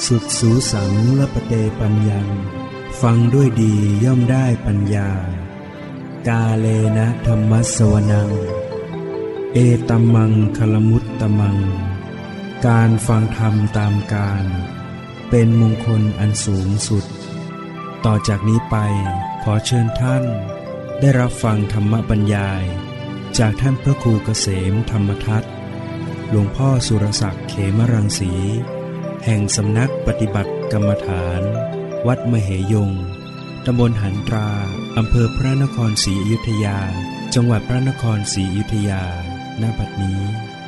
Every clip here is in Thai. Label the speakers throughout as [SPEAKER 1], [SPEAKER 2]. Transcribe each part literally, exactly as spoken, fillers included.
[SPEAKER 1] สุดสูสังละปะเตปัญญังฟังด้วยดีย่อมได้ปัญญากาเลนะธัมมัสสวนังเอตัมมังคลมุตตมังการฟังธรรมตามการเป็นมงคลอันสูงสุดต่อจากนี้ไปขอเชิญท่านได้รับฟังธรรมบรรยายจากท่านพระครูเกษมธรรมทัศน์หลวงพ่อสุรศักดิ์เขมรังสีแห่งสำนักปฏิบัติกรรมฐานวัดมเหยงตำบลหันตราอำเภอพระนครศรีอยุธยาจังหวัดพระนครศรีอยุธยาณ บัดนี้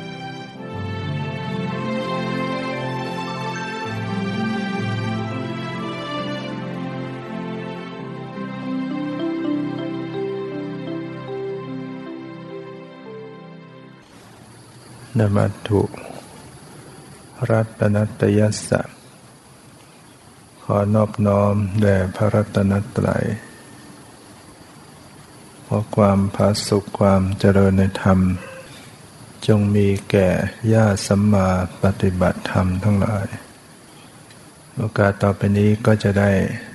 [SPEAKER 2] นมัตถุรัตนัตยัสสะขอนอบน้อมแด่พระรัตนตรัยขอความผาสุขความเจริญในธรรมจงมีแก่ญาติสัมมาปฏิบัติธรรมทั้งหลายโอกาสต่อไปนี้ก็จะได้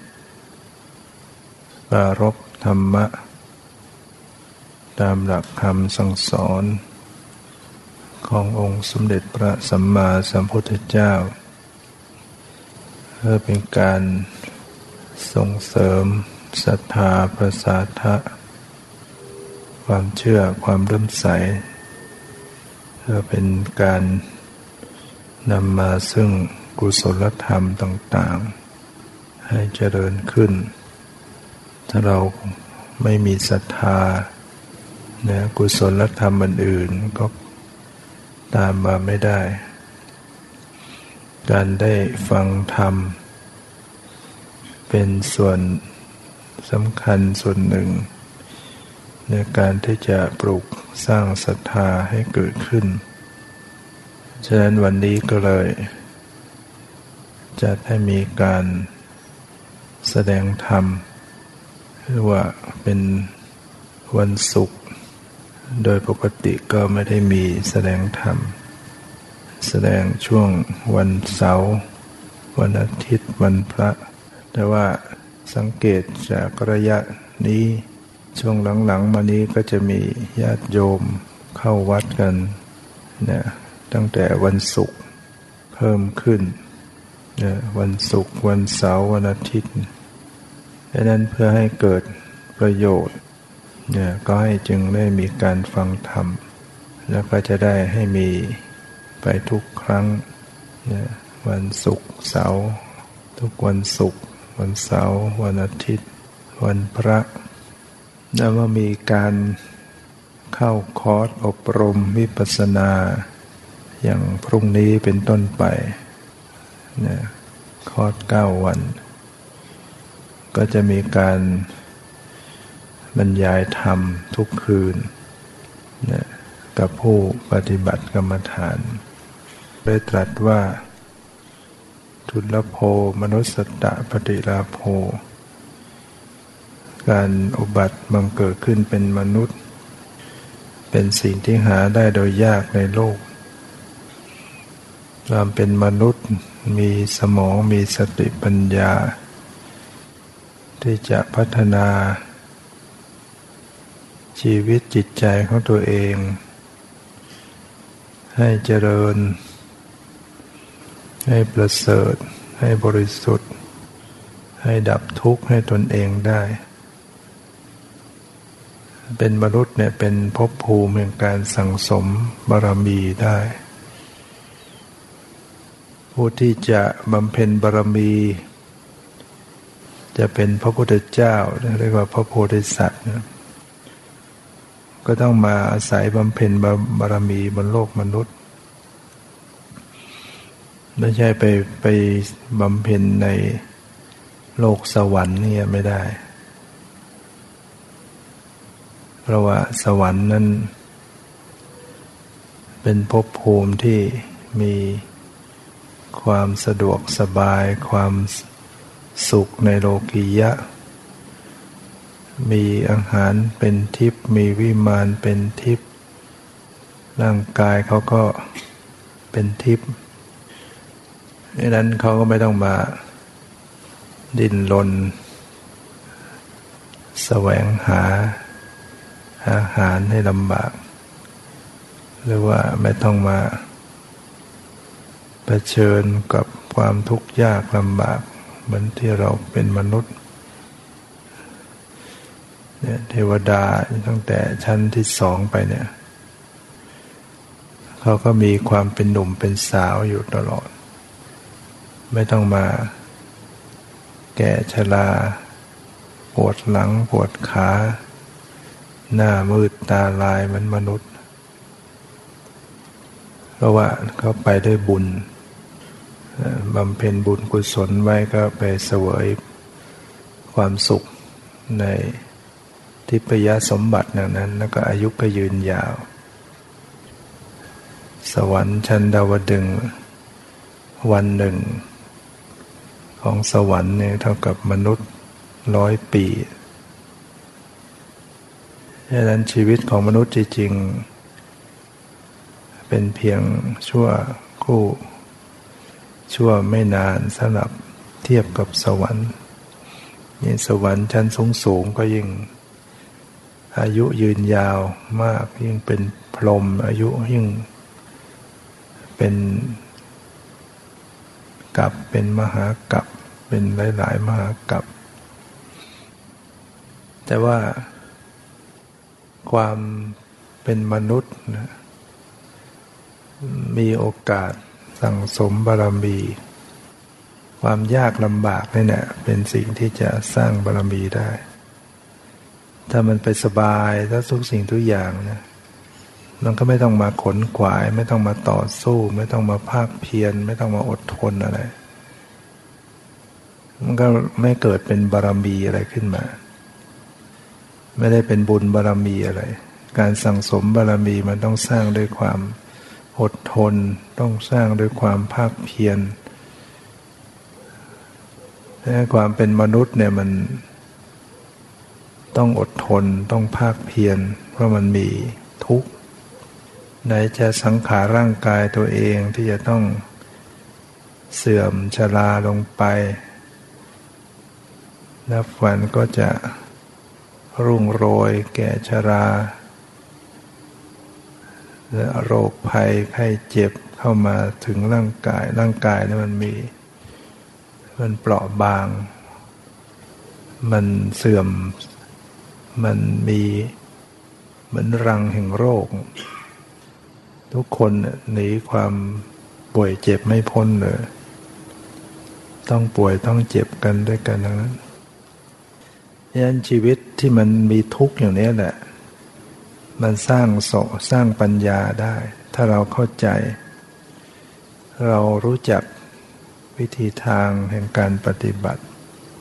[SPEAKER 2] ปรารภธรรมะตามหลักคำสั่งสอนขององค์สมเด็จพระสัมมาสัมพุทธเจ้าเพื่อเป็นการส่งเสริมศรัทธาประสาทะความเชื่อความเลื่อมใสเพื่อเป็นการนำมาซึ่งกุศลธรรมต่างๆให้เจริญขึ้นถ้าเราไม่มีศรัทธาในกุศลธรรมอื่นๆก็ตามมาไม่ได้การได้ฟังธรรมเป็นส่วนสำคัญส่วนหนึ่งในการที่จะปลูกสร้างศรัทธาให้เกิดขึ้นฉะนั้นวันนี้ก็เลยจะให้มีการแสดงธรรมหรือว่าเป็นวันศุกร์โดยปกติก็ไม่ได้มีแสดงธรรมแสดงช่วงวันเสาร์วันอาทิตย์วันพระแต่ว่าสังเกตจากระยะนี้ช่วงหลังๆมานี้ก็จะมีญาติโยมเข้าวัดกันเนี่ยตั้งแต่วันศุกร์เพิ่มขึ้นเนี่ยวันศุกร์วันเสาร์วันอาทิตย์ดังนั้นเพื่อให้เกิดประโยชน์เนี่ยก็ให้จึงได้มีการฟังธรรมแล้วก็จะได้ให้มีไปทุกครั้งเนี่ยวันศุกร์เสาร์ทุกวันศุกร์วันเสาร์วันอาทิตย์วันพระแล้วก็มีการเข้าคอร์สอบรมวิปัสสนาอย่างพรุ่งนี้เป็นต้นไปเนี่ยคอร์สเก้าวันก็จะมีการบรรยายธรรมทุกคืนเนี่ยกับผู้ปฏิบัติกรรมฐานได้ตรัสว่าทุลลโภมนุสสตะปฏิลาโภการอุบัติบังเกิดขึ้นเป็นมนุษย์เป็นสิ่งที่หาได้โดยยากในโลกความเป็นมนุษย์มีสมองมีสติปัญญาที่จะพัฒนาชีวิตจิตใจของตัวเองให้เจริญให้ประเสริฐให้บริสุทธิ์ให้ดับทุกข์ให้ตนเองได้เป็นมนุษย์เนี่ยเป็นภพภูมิแห่งการสั่งสมบารมีได้ผู้ที่จะบำเพ็ญบารมีจะเป็นพระพุทธเจ้าเรียกว่าพระโพธิสัตว์ก็ต้องมาอาศัยบำเพ็ญบารมีบนโลกมนุษย์ไม่ใช่ไปไปบำเพ็ญในโลกสวรรค์นี่ไม่ได้เพราะว่าสวรรค์นั้นเป็นภพภูมิที่มีความสะดวกสบายความสุขในโลกียะมีอาหารเป็นทิพย์มีวิมานเป็นทิพย์ร่างกายเขาก็เป็นทิพย์ดังนั้นเขาก็ไม่ต้องมาดิ้นรนแสวงหาอาหารให้ลำบากหรือว่าไม่ต้องมาเผชิญกับความทุกข์ยากลำบากเหมือนที่เราเป็นมนุษย์เนี่ยเทวดาตั้งแต่ชั้นที่สองไปเนี่ยเขาก็มีความเป็นหนุ่มเป็นสาวอยู่ตลอดไม่ต้องมาแก่ชราปวดหลังปวดขาหน้ามืดตาลายเหมือนมนุษย์เพราะว่าเขาไปด้วยบุญบำเพ็ญบุญกุศลไว้ก็ไปเสวยความสุขในทิพยสมบัติอย่างนั้นแล้วก็อายุก็ยืนยาวสวรรค์ชั้นดาวดึงส์วันหนึ่งของสวรรค์เนี่ยเท่ากับมนุษย์ร้อยปีดังนั้นชีวิตของมนุษย์จริงๆเป็นเพียงชั่วคู่ชั่วไม่นานสำหรับเทียบกับสวรรค์นี่สวรรค์ชั้นสูงๆก็ยิ่งอายุยืนยาวมากยิ่งเป็นพรหมอายุยิ่งเป็นกัปเป็นมหากัปเป็นหลายๆมหากัปแต่ว่าความเป็นมนุษย์นะมีโอกาสสั่งสมบารมีความยากลำบากนี่แหละเป็นสิ่งที่จะสร้างบารมีได้ถ้ามันไปสบายถ้าทุกสิ่งทุกอย่างนะมันก็ไม่ต้องมาขนขวายไม่ต้องมาต่อสู้ไม่ต้องมาภาคเพียรไม่ต้องมาอดทนอะไรมันก็ไม่เกิดเป็นบารมีอะไรขึ้นมาไม่ได้เป็นบุญบารมีอะไรการสั่งสมบารมีมันต้องสร้างด้วยความอดทนต้องสร้างด้วยความภาคเพียรและความเป็นมนุษย์เนี่ยมันต้องอดทนต้องภาคเพียรเพราะมันมีทุกข์ไหนจะสังขารร่างกายตัวเองที่จะต้องเสื่อมชราลงไปนับวันก็จะรุ่งโรยแก่ชราและโรคภัยไข้เจ็บเข้ามาถึงร่างกายร่างกายเนี่ยมันมีมันเปราะบางมันเสื่อมมันมีเหมือนรังแห่งโรคทุกคนหนีความป่วยเจ็บไม่พ้นเลยต้องป่วยต้องเจ็บกันด้วยกันทั้งนั้นดังนั้นชีวิตที่มันมีทุกข์อย่างนี้แหละมันสร้างโสสร้างปัญญาได้ถ้าเราเข้าใจเรารู้จักวิธีทางแห่งการปฏิบัติ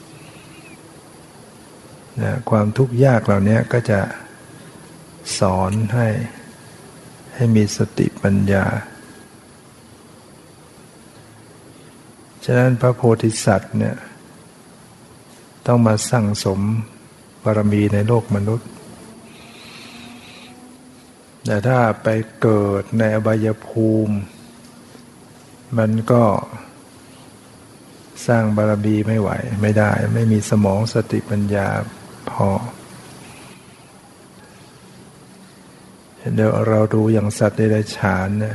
[SPEAKER 2] นะความทุกข์ยากเหล่านี้ก็จะสอนให้ให้มีสติปัญญาฉะนั้นพระโพธิสัตว์เนี่ยต้องมาสั่งสมบารมีในโลกมนุษย์แต่ถ้าไปเกิดในอบายภูมิมันก็สร้างบารมีไม่ไหวไม่ได้ไม่มีสมองสติปัญญาพอเดี๋ยวเราดูอย่างสัตว์เดรัจฉานเนี่ย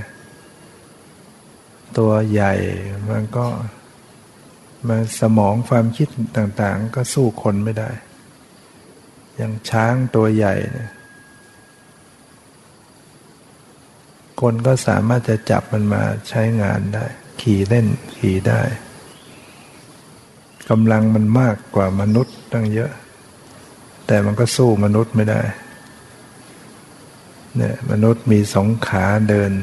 [SPEAKER 2] ตัวใหญ่มันก็มันสมองความคิดต่างๆก็สู้คนไม่ได้อย่างช้างตัวใหญ่เนี่ยคนก็สามารถจะจับมันมาใช้งานได้ขี่เล่นขี่ได้กำลังมันมากกว่ามนุษย์ตั้งเยอะแต่มันก็สู้มนุษย์ไม่ได้เนี่ยมนุษย์มีสองขาเดิน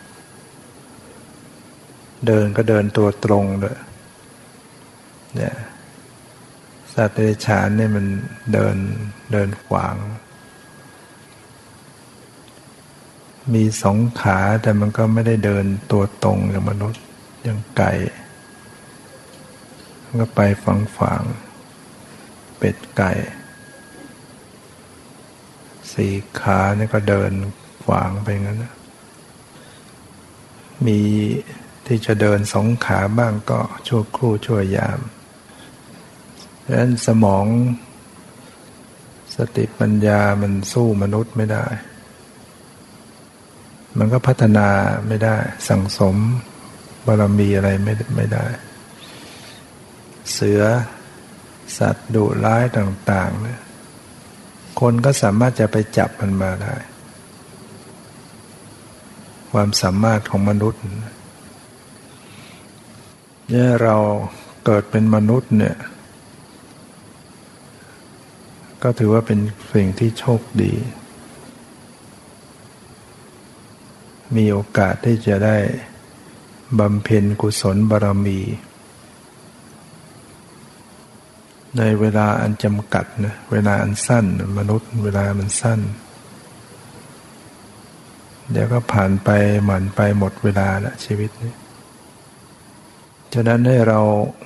[SPEAKER 2] เดินก็เดินตัวตรงด้วยเนี่ยสัตว์เดรัจฉานเนี่ยมันเดินเดินขวางมีสองขาแต่มันก็ไม่ได้เดินตัวตรงอย่างมนุษย์อย่างไก่มันก็ไปฝังๆเป็ดไก่สี่ขาเนี่ยก็เดินขวางไปงั้นนะมีเทที่จะเดินสองขาบ้างก็ชั่วครู่ชั่วยามดังนั้นสมองสติปัญญามันสู้มนุษย์ไม่ได้มันก็พัฒนาไม่ได้สั่งสมบารมีอะไรไม่ไม่ได้เสือสัตว์ดุร้ายต่างๆเนี่ยคนก็สามารถจะไปจับมันมาได้ความสามารถของมนุษย์เนี่ยเราเกิดเป็นมนุษย์เนี่ยก็ถือว่าเป็นสิ่งที่โชคดีมีโอกาสที่จะได้บำเพ็ญกุศลบารมีในเวลาอันจำกัดนะเวลาอันสั้นมนุษย์เวลามันสั้นเดี๋ยวก็ผ่านไปหมั่นไปหมดเวลาละชีวิตนี้ฉะนั้นให้เรา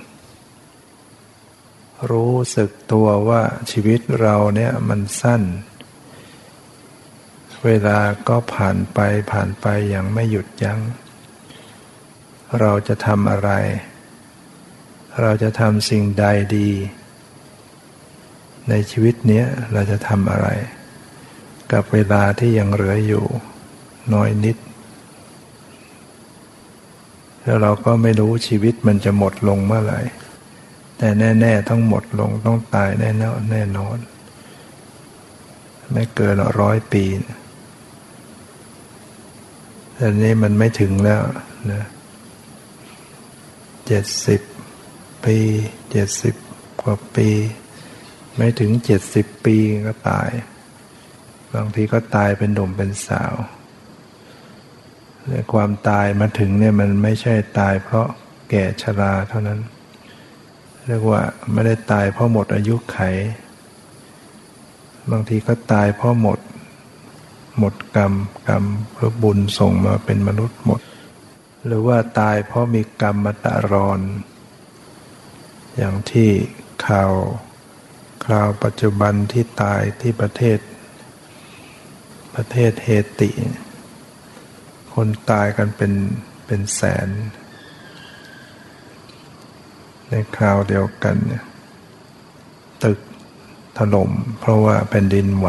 [SPEAKER 2] รู้สึกตัวว่าชีวิตเราเนี่ยมันสั้นเวลาก็ผ่านไปผ่านไปอย่างไม่หยุดยั้งเราจะทำอะไรเราจะทำสิ่งใดดีในชีวิตนี้เราจะทำอะไรกับเวลาที่ยังเหลืออยู่น้อยนิดแล้วเราก็ไม่รู้ชีวิตมันจะหมดลงเมื่อไหร่แต่แน่ๆต้องหมดลงต้องตายแน่นอนแน่นอนไม่เกินร้อยปีแต่นี้มันไม่ถึงแล้วนะเจ็ดสิบปีเจ็ดสิบกว่าปีไม่ถึงเจ็ดสิบปีก็ตายบางทีก็ตายเป็นหนุ่มเป็นสาวความตายมาถึงเนี่ยมันไม่ใช่ตายเพราะแก่ชราเท่านั้นเรียกว่าไม่ได้ตายเพราะหมดอายุไขบางทีก็ตายเพราะหมดหมดกรรมกรรมหรือบุญส่งมาเป็นมนุษย์หมดหรือว่าตายเพราะมีกรรมตะรอนอย่างที่ข่าวคราวปัจจุบันที่ตายที่ประเทศประเทศเฮติคนตายกันเป็นเป็นแสนในคราวเดียวกันเนี่ยตึกถล่มเพราะว่าแผ่นดินไหว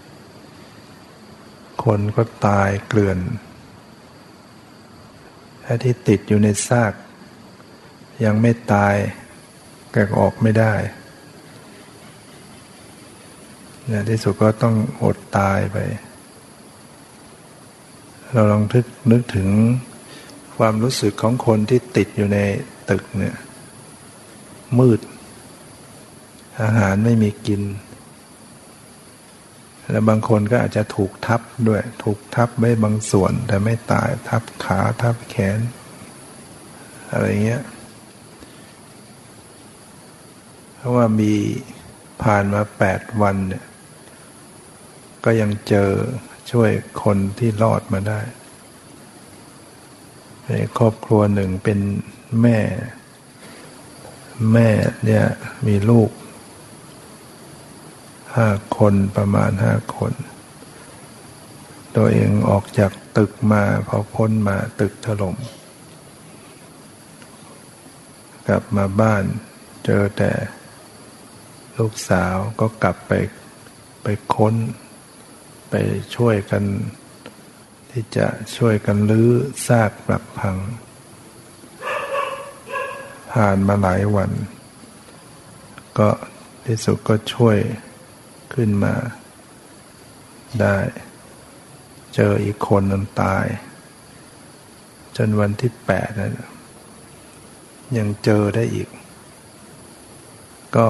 [SPEAKER 2] คนก็ตายเกลื่อนและที่ติดอยู่ในซากยังไม่ตายแกก็ออกไม่ได้ในที่สุดก็ต้องอดตายไปเราลองนึกนึกถึงความรู้สึกของคนที่ติดอยู่ในตึกเนี่ยมืดอาหารไม่มีกินแล้วบางคนก็อาจจะถูกทับด้วยถูกทับไว้บางส่วนแต่ไม่ตายทับขาทับแขนอะไรเงี้ยเพราะว่ามีผ่านมาแปดวันเนี่ยก็ยังเจอช่วยคนที่รอดมาได้ในครอบครัวหนึ่งเป็นแม่แม่เนี่ยมีลูกห้าคนประมาณห้าคนตัวเองออกจากตึกมาพอพ้นมาตึกถล่มกลับมาบ้านเจอแต่ลูกสาวก็กลับไปไปค้นไปช่วยกันที่จะช่วยกันรื้อซากปรักพังผ่านมาหลายวันก็ที่สุดก็ช่วยขึ้นมาได้เจออีกคนนึงตายจนวันที่แปดนั้นยังเจอได้อีกก็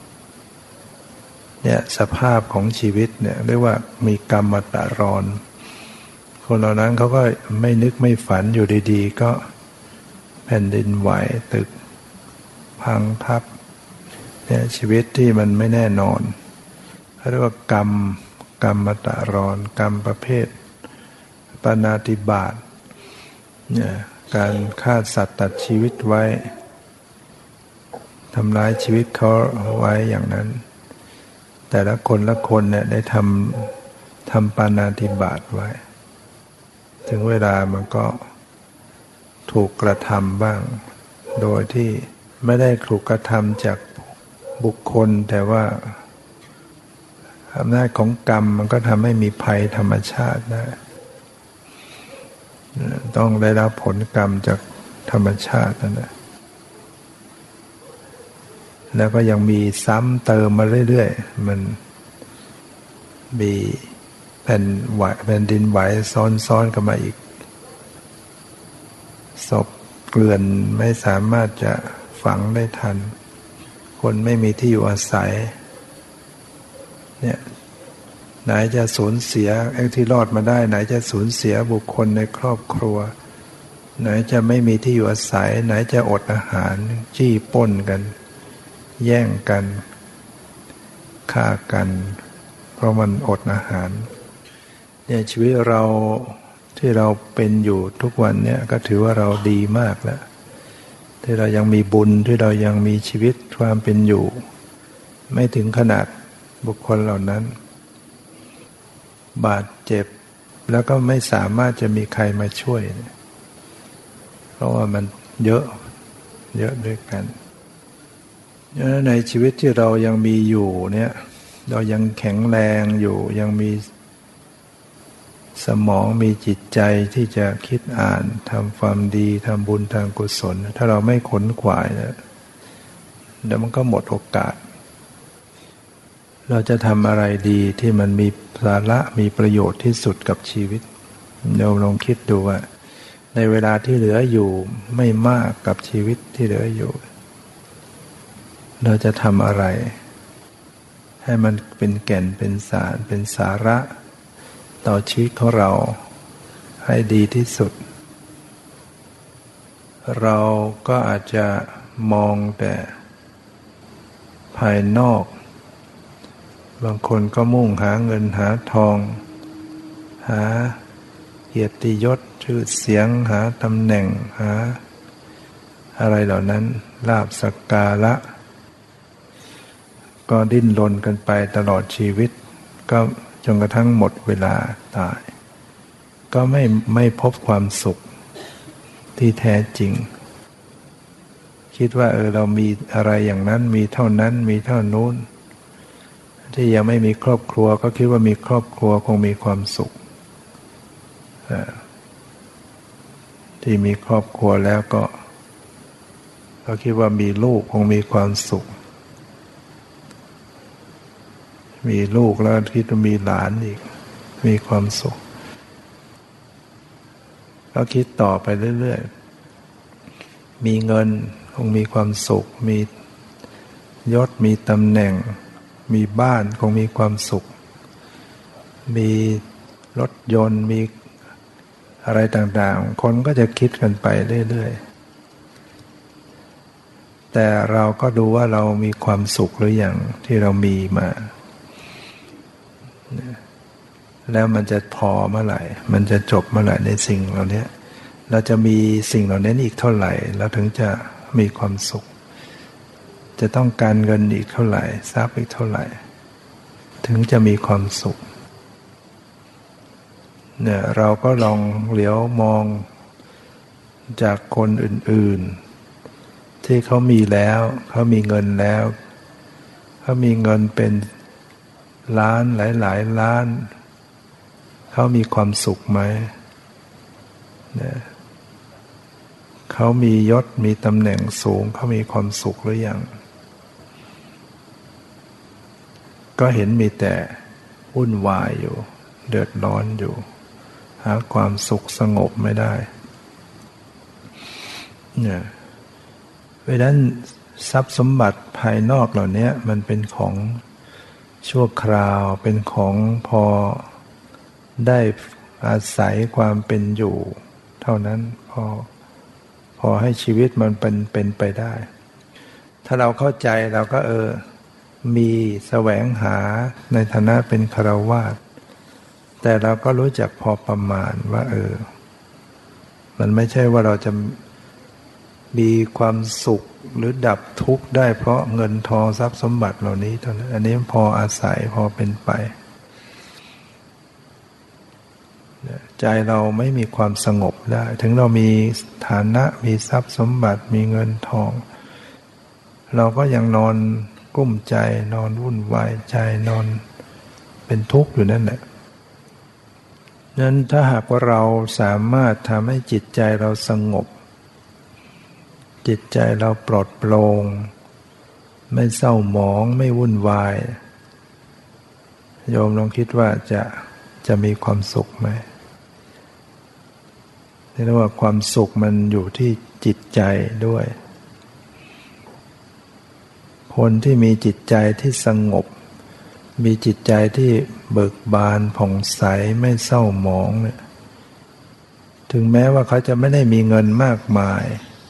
[SPEAKER 2] เนี่ยสภาพของชีวิตเนี่ยเรียกว่ามีกรรมตะรอนคนเหล่านั้นเขาก็ไม่นึกไม่ฝันอยู่ดีๆก็แผ่นดินไหวตึกพังทับเนี่ยชีวิตที่มันไม่แน่นอนเขาเรียกว่ากรรมกรรมตะรอนกรรมประเภทปาณาติบาตเนี่ยการฆ่าสัตว์ตัดชีวิตไว้ทำร้ายชีวิตเขาไว้อย่างนั้นแต่ละคนละคนเนี่ยได้ทำทำปาณาติบาตไว้ถึงเวลามันก็ถูกกระทำบ้างโดยที่ไม่ได้ถูกกระทำจากบุคคลแต่ว่าอำนาจของกรรมมันก็ทำให้มีภัยธรรมชาติได้ต้องได้รับผลกรรมจากธรรมชาตินั่นแหละแล้วก็ยังมีซ้ำเติมมาเรื่อยๆมันมีแผ่นไหวแผ่นดินไหวซ้อนๆกันมาอีกศพเกลื่อนไม่สามารถจะฝังได้ทันคนไม่มีที่อยู่อาศัยเนี่ยไหนจะสูญเสียไอ้ที่รอดมาได้ไหนจะสูญเสียบุคคลในครอบครัวไหนจะไม่มีที่อยู่อาศัยไหนจะอดอาหารจี้ปล้นกันแย่งกันฆ่ากันเพราะมันอดอาหารเนี่ยชีวิตเราที่เราเป็นอยู่ทุกวันเนี่ยก็ถือว่าเราดีมากแล้วที่เรายังมีบุญที่เรายังมีชีวิตความเป็นอยู่ไม่ถึงขนาดบุคคลเหล่านั้นบาดเจ็บแล้วก็ไม่สามารถจะมีใครมาช่วยเพราะว่ามันเยอะเยอะด้วยกันในชีวิตที่เรายังมีอยู่เนี่ยเรายังแข็งแรงอยู่ยังมีสมองมีจิตใจที่จะคิดอ่านทำความดีทำบุญทางกุศลถ้าเราไม่ขนขวายนะเดี๋ยวมันก็หมดโอกาสเราจะทำอะไรดีที่มันมีสาระมีประโยชน์ที่สุดกับชีวิตเราลองคิดดูว่าในเวลาที่เหลืออยู่ไม่มากกับชีวิตที่เหลืออยู่เราจะทำอะไรให้มันเป็นแก่นเป็นสารเป็นสาระต่อชีวิตของเราให้ดีที่สุดเราก็อาจจะมองแต่ภายนอกบางคนก็มุ่งหาเงินหาทองหาเกียรติยศชื่อเสียงหาตำแหน่งหาอะไรเหล่านั้นลาภสักการะก็ดิ้นรนกันไปตลอดชีวิตก็จนกระทั่งหมดเวลาตายก็ไม่ไม่พบความสุขที่แท้จริงคิดว่าเออเรามีอะไรอย่างนั้นมีเท่านั้นมีเท่านู้นที่ยังไม่มีครอบครัวก็คิดว่ามีครอบครัวคงมีความสุขที่มีครอบครัวแล้วก็ก็คิดว่ามีลูกคงมีความสุขมีลูกแล้วคิดว่ามีหลานอีกมีความสุขก็คิดต่อไปเรื่อยๆมีเงินคงมีความสุขมียศมีตำแหน่งมีบ้านคงมีความสุขมีรถยนต์มีอะไรต่างๆคนก็จะคิดกันไปเรื่อยๆแต่เราก็ดูว่าเรามีความสุขหรือยังที่เรามีมาแล้วมันจะพอเมื่อไหร่มันจะจบเมื่อไหร่ในสิ่งเหล่านี้เราจะมีสิ่งเหล่านี้อีกเท่าไหร่เราถึงจะมีความสุขจะต้องการเงินอีกเท่าไหร่ทรัพย์อีกเท่าไหร่ถึงจะมีความสุขเนี่ยเราก็ลองเหลียวมองจากคนอื่นๆที่เขามีแล้วเขามีเงินแล้วเขามีเงินเป็นล้านหลายๆล้านเขามีความสุขไหมเนี่ยเขามียศมีตำแหน่งสูงเขามีความสุขหรือยังก็เห็นมีแต่วุ่นวายอยู่เดือดร้อนอยู่หาความสุขสงบไม่ได้เนี่ยเพราะฉะนั้นทรัพย์สมบัติภายนอกเหล่านี้มันเป็นของชั่วคราวเป็นของพอได้อาศัยความเป็นอยู่เท่านั้นพอพอให้ชีวิตมันเป็นเป็นไปได้ถ้าเราเข้าใจเราก็เออมีแสวงหาในฐานะเป็นฆราวาสแต่เราก็รู้จักพอประมาณว่าเออมันไม่ใช่ว่าเราจะมีความสุขหรือดับทุกข์ได้เพราะเงินทองทรัพย์สมบัติเหล่านี้เท่านั้นอันนี้พออาศัยพอเป็นไปใจเราไม่มีความสงบได้ถึงเรามีฐานะมีทรัพย์สมบัติมีเงินทองเราก็ยังนอนกุ้มใจนอนวุ่นวายใจนอนเป็นทุกข์อยู่นั่นแหละนั้นถ้าหากว่าเราสามารถทำให้จิตใจเราสงบจิตใจเราปลอดโปร่งไม่เศร้าหมองไม่วุ่นวายโยมลองคิดว่าจะจะมีความสุขไหมเรียกว่าความสุขมันอยู่ที่จิตใจด้วยคนที่มีจิตใจที่สงบมีจิตใจที่เบิกบานผ่องใสไม่เศร้าหมองเนี่ยถึงแม้ว่าเขาจะไม่ได้มีเงินมากมาย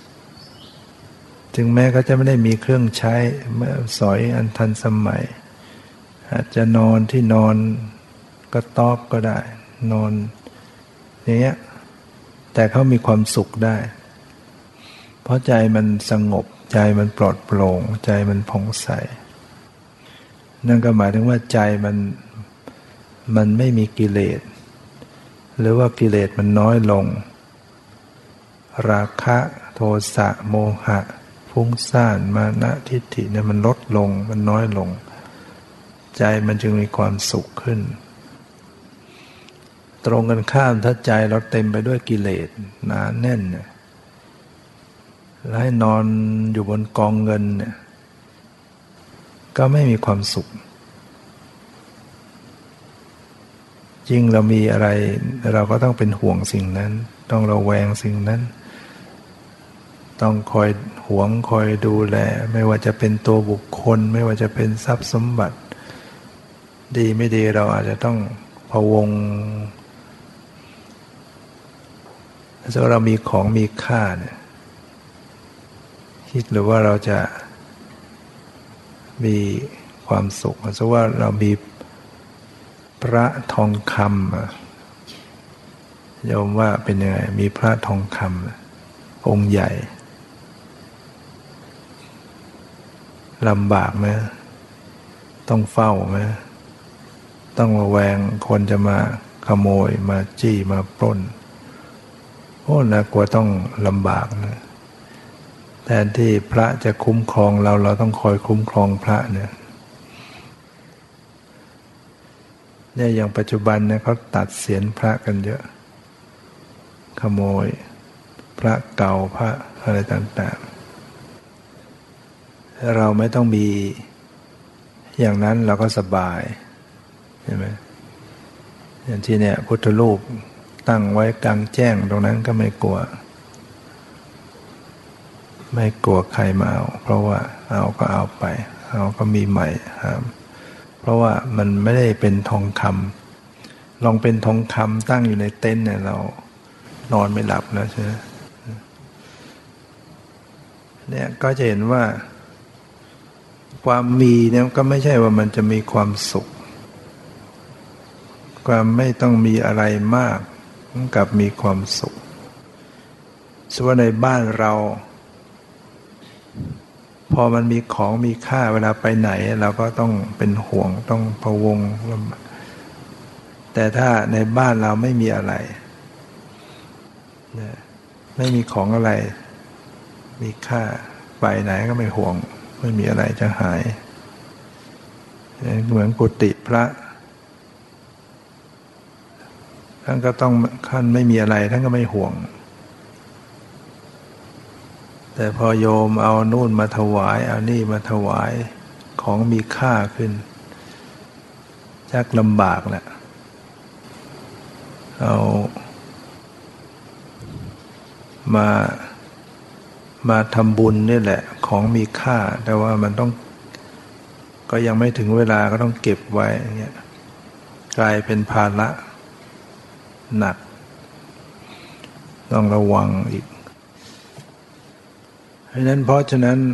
[SPEAKER 2] ถึงแม้เขาจะไม่ได้มีเครื่องใช้สอยอันทันสมัยอาจจะนอนที่นอนกระต๊อบก็ได้นอนอย่างเงี้ยแต่เขามีความสุขได้เพราะใจมันสงบใจมันปลอดโปร่งใจมันผ่องใสนั่นก็หมายถึงว่าใจมันมันไม่มีกิเลสหรือว่ากิเลสมันน้อยลงราคะโทสะโมหะฟุ้งซ่านมานะทิฏฐิเนี่ยมันลดลงมันน้อยลงใจมันจึงมีความสุขขึ้นตรงกันข้ามถ้าใจเราเต็มไปด้วยกิเลสหนาแน่นเนี่ยแล้วให้นอนอยู่บนกองเงินเนี่ยก็ไม่มีความสุขจริงเรามีอะไรเราก็ต้องเป็นห่วงสิ่งนั้นต้องระแวงสิ่งนั้นต้องคอยหวงคอยดูแลไม่ว่าจะเป็นตัวบุคคลไม่ว่าจะเป็นทรัพย์สมบัติดีไม่ดีเราอาจจะต้องพะวงถ้าเรามีของมีค่าเนี่ยคิดหรือว่าเราจะมีความสุขเพราะว่าเรามีพระทองคำโยมว่าเป็นยังไงมีพระทองคำองค์ใหญ่ลำบากไหมต้องเฝ้าไหมต้องระแวงคนจะมาขโมยมาจี้มาปล้นโอ้น่ากลัวต้องลำบากนะแทนที่พระจะคุ้มครองเราเราต้องคอยคุ้มครองพระเนี่ยเนี่ยอย่างปัจจุบันเนี่ยเขาตัดเศียรพระกันเยอะขโมยพระเก่าพระอะไรต่างๆเราไม่ต้องมีอย่างนั้นเราก็สบายใช่ไหมอย่างที่เนี่ยพุทธรูปตั้งไว้กลางแจ้งตรงนั้นก็ไม่กลัวไม่กลัวใครมาเอาเพราะว่าเอาก็เอาไปเอาก็มีใหม่ครับเพราะว่ามันไม่ได้เป็นทองคำลองเป็นทองคำตั้งอยู่ในเต็นท์เนี่ยเรานอนไม่หลับแล้วใช่ไหมเนี่ยก็จะเห็นว่าความมีเนี่ยก็ไม่ใช่ว่ามันจะมีความสุขความไม่ต้องมีอะไรมากกับมีความสุขสมมุติว่าในบ้านเราพอมันมีของมีค่าเวลาไปไหนเราก็ต้องเป็นห่วงต้องพะวงแต่ถ้าในบ้านเราไม่มีอะไรไม่มีของอะไรมีค่าไปไหนก็ไม่ห่วงไม่มีอะไรจะหายเหมือนกุฏิพระท่านก็ต้องท่านไม่มีอะไรท่านก็ไม่ห่วงแต่พอโยมเอานู่นมาถวายเอานี่มาถวายของมีค่าขึ้นชักลำบากแหละเอามามาทำบุญนี่แหละของมีค่าแต่ว่ามันต้องก็ยังไม่ถึงเวลาก็ต้องเก็บไว้อย่างเงี้ยกลายเป็นภาระหนักต้องระวังอีกเพราะฉะนั้นเพราะฉะนั้น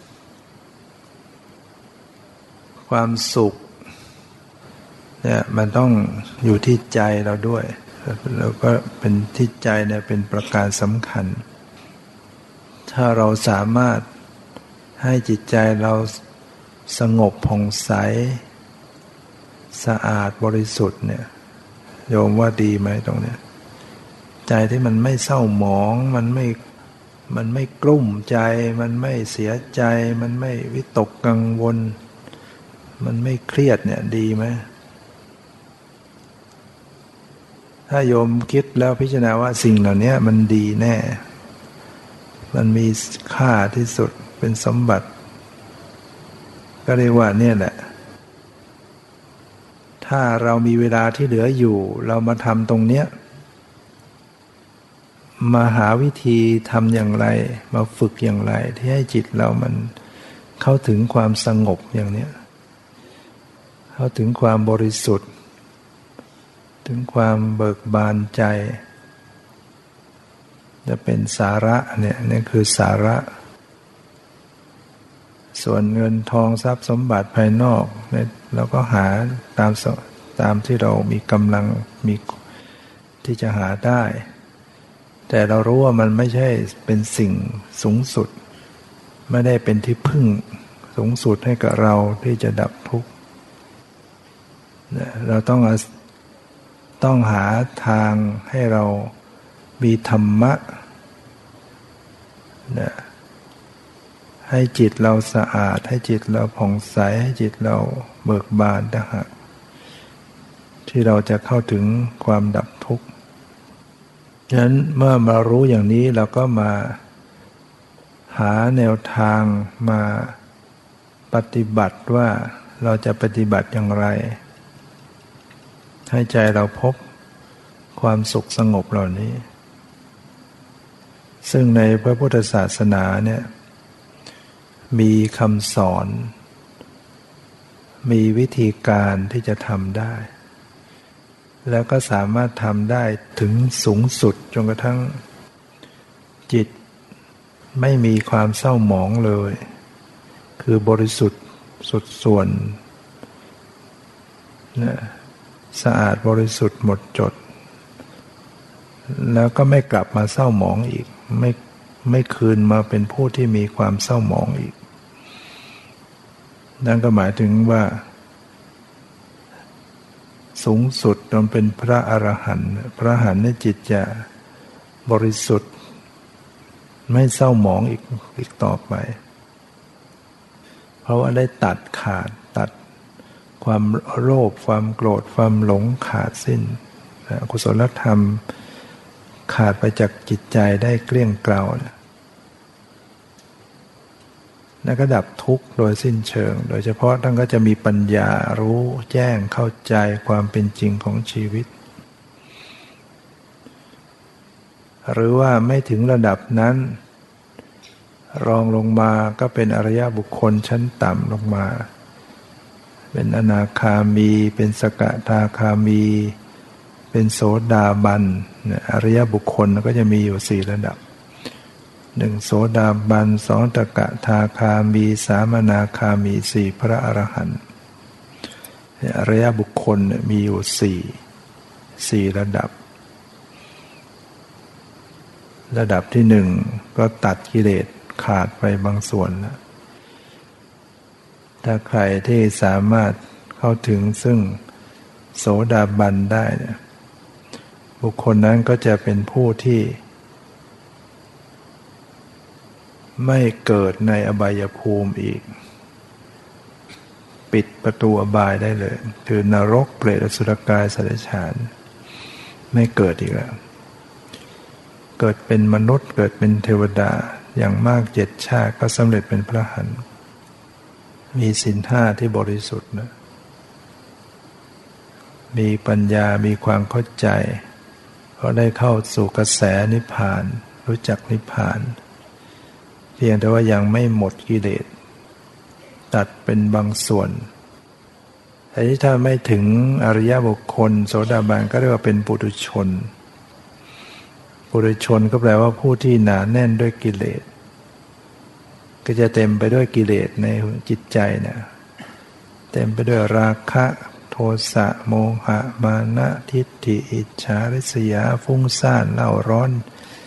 [SPEAKER 2] ความสุขเนี่ยมันต้องอยู่ที่ใจเราด้วยแล้วก็เป็นที่ใจเนี่ยเป็นประการสำคัญถ้าเราสามารถให้จิตใจเราสงบผ่องใสสะอาดบริสุทธิ์เนี่ยโยมว่าดีไหมตรงเนี้ยใจที่มันไม่เศร้าหมองมันไม่มันไม่กลุ้มใจมันไม่เสียใจมันไม่วิตกกังวลมันไม่เครียดเนี่ยดีไหมถ้าโยมคิดแล้วพิจารณาว่าสิ่งเหล่านี้มันดีแน่มันมีค่าที่สุดเป็นสมบัติก็เรียกว่าเนี่ยแหละถ้าเรามีเวลาที่เหลืออยู่เรามาทำตรงเนี้ยมาหาวิธีทำอย่างไรมาฝึกอย่างไรที่ให้จิตเรามันเข้าถึงความสงบอย่างเนี้ยเข้าถึงความบริสุทธิ์ถึงความเบิกบานใจจะเป็นสาระเนี่ยนี่คือสาระส่วนเงินทองทรัพย์สมบัติภายนอกเนี่ยเราก็หาตามตามที่เรามีกำลังมีที่จะหาได้แต่เรารู้ว่ามันไม่ใช่เป็นสิ่งสูงสุดไม่ได้เป็นที่พึ่งสูงสุดให้กับเราที่จะดับทุกข์เราต้องต้องหาทางให้เรามีธรรมะนะให้จิตเราสะอาดให้จิตเราผ่องใสให้จิตเราเบิกบานนะฮะที่เราจะเข้าถึงความดับทุกข์ฉะนั้นเมื่อมารู้อย่างนี้เราก็มาหาแนวทางมาปฏิบัติว่าเราจะปฏิบัติอย่างไรให้ใจเราพบความสุขสงบเหล่านี้ซึ่งในพระพุทธศาสนาเนี่ยมีคำสอนมีวิธีการที่จะทำได้แล้วก็สามารถทำได้ถึงสูงสุดจนกระทั่งจิตไม่มีความเศร้าหมองเลยคือบริสุทธิ์สุดส่วนนะสะอาดบริสุทธิ์หมดจดแล้วก็ไม่กลับมาเศร้าหมองอีกไม่ไม่คืนมาเป็นผู้ที่มีความเศร้าหมองอีกนั่นก็หมายถึงว่าสูงสุดจนเป็นพระอรหันต์พระอรหันต์ในจิตจะบริสุทธิ์ไม่เศร้าหมองอีกอีกต่อไปเพราะว่าได้ตัดขาดตัดความโลภความโกรธความหลงขาดสิ้นอกุศลธรรมขาดไปจากจิตใจได้เกลี้ยงเกลาแล้วก็ดับทุกข์โดยสิ้นเชิงโดยเฉพาะท่านก็จะมีปัญญารู้แจ้งเข้าใจความเป็นจริงของชีวิตหรือว่าไม่ถึงระดับนั้นรองลงมาก็เป็นอริยบุคคลชั้นต่ำลงมาเป็นอนาคามีเป็นสกทาคามีเป็นโสดาบันอริยบุคคลก็จะมีอยู่สี่ระดับหนึ่งโสดาบันสองสกทาคามีสามอนาคามีสี่พระอรหันต์อริยบุคคลมีอยู่สี่สี่ระดับระดับที่หนึ่งก็ตัดกิเลสขาดไปบางส่วนแล้วถ้าใครที่สามารถเข้าถึงซึ่งโสดาบันได้เนี่ยบุคคลนั้นก็จะเป็นผู้ที่ไม่เกิดในอบายภูมิอีกปิดประตูอบายได้เลยคือนรกเปรตอสุรกายสัตว์เดรัจฉานไม่เกิดอีกแล้วเกิดเป็นมนุษย์เกิดเป็นเทวดาอย่างมากเจ็ดชาติก็สำเร็จเป็นพระอรหันต์มีศีลห้าที่บริสุทธิ์นะมีปัญญามีความเข้าใจก็ได้เข้าสู่กระแสนิพพานรู้จักนิพพานเพียงแต่ว่ายังไม่หมดกิเลสตัดเป็นบางส่วนแต่ที่ถ้าไม่ถึงอริยบุคคลโสดาบันก็เรียกว่าเป็นปุถุชนปุถุชนก็แปลว่าผู้ที่หนาแน่นด้วยกิเลสก็จะเต็มไปด้วยกิเลสในจิตใจเนี่ยเต็มไปด้วยราคะโทสะโมหะมานะทิฏฐิอิจฉาริษยาฟุ้งซ่านเล่าร้อน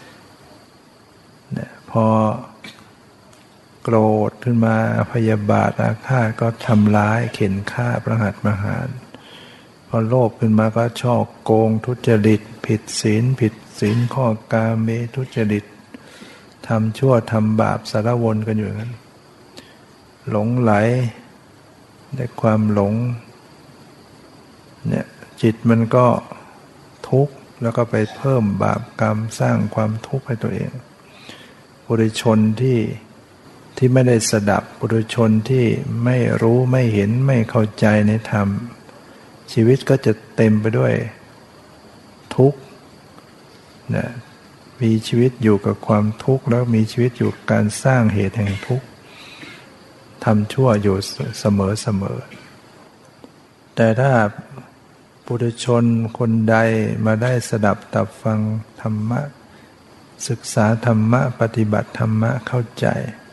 [SPEAKER 2] เนี่ยพอโกรธขึ้นมาพยาบาทอาฆาตก็ทำร้ายเข็นฆ่าประหัตประหารพออโลภขึ้นมาก็ชอบโกงทุจริตผิดศีลผิดศีลข้อกาเมทุจริตทำชั่วทำบาปสารวนกันอยู่อย่างนั้นหลงไหลในความหลงเนี่ยจิตมันก็ทุกข์แล้วก็ไปเพิ่มบาปกรรมสร้างความทุกข์ให้ตัวเองปุถุชนที่ที่ไม่ได้สดับปุถุชนที่ไม่รู้ไม่เห็นไม่เข้าใจในธรรมชีวิตก็จะเต็มไปด้วยทุกข์นะมีชีวิตอยู่กับความทุกข์แล้วมีชีวิตอยู่กับการสร้างเหตุแห่งทุกข์ทำชั่วอยู่เสมอเสมอแต่ถ้าปุถุชนคนใดมาได้สดับตับฟังธรรมะศึกษาธรรมะปฏิบัติธรรมะเข้าใจ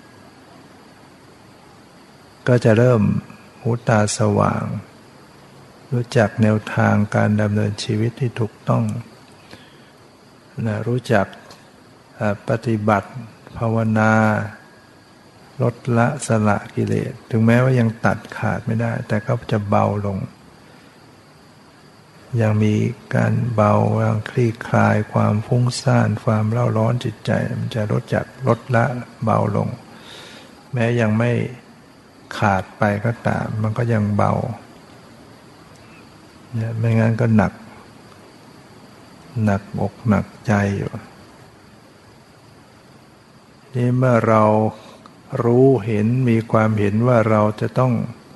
[SPEAKER 2] ก็จะเริ่มหูตาสว่างรู้จักแนวทางการดำเนินชีวิตที่ถูกต้องนะรู้จักปฏิบัติภาวนาลดละสละกิเลสถึงแม้ว่ายังตัดขาดไม่ได้แต่ก็จะเบาลงยังมีการเบายังคลี่คลายความฟุ้งซ่านความเร่าร้อนจิตใจมันจะลดจักลดละเบาลงแม้ยังไม่ขาดไปก็ตามมันก็ยังเบาเนี่ยไม่งั้นก็หนักหนักอกหนักใจอยู่นี่เมื่อเรารู้เห็นมีความเห็นว่าเราจะต้อง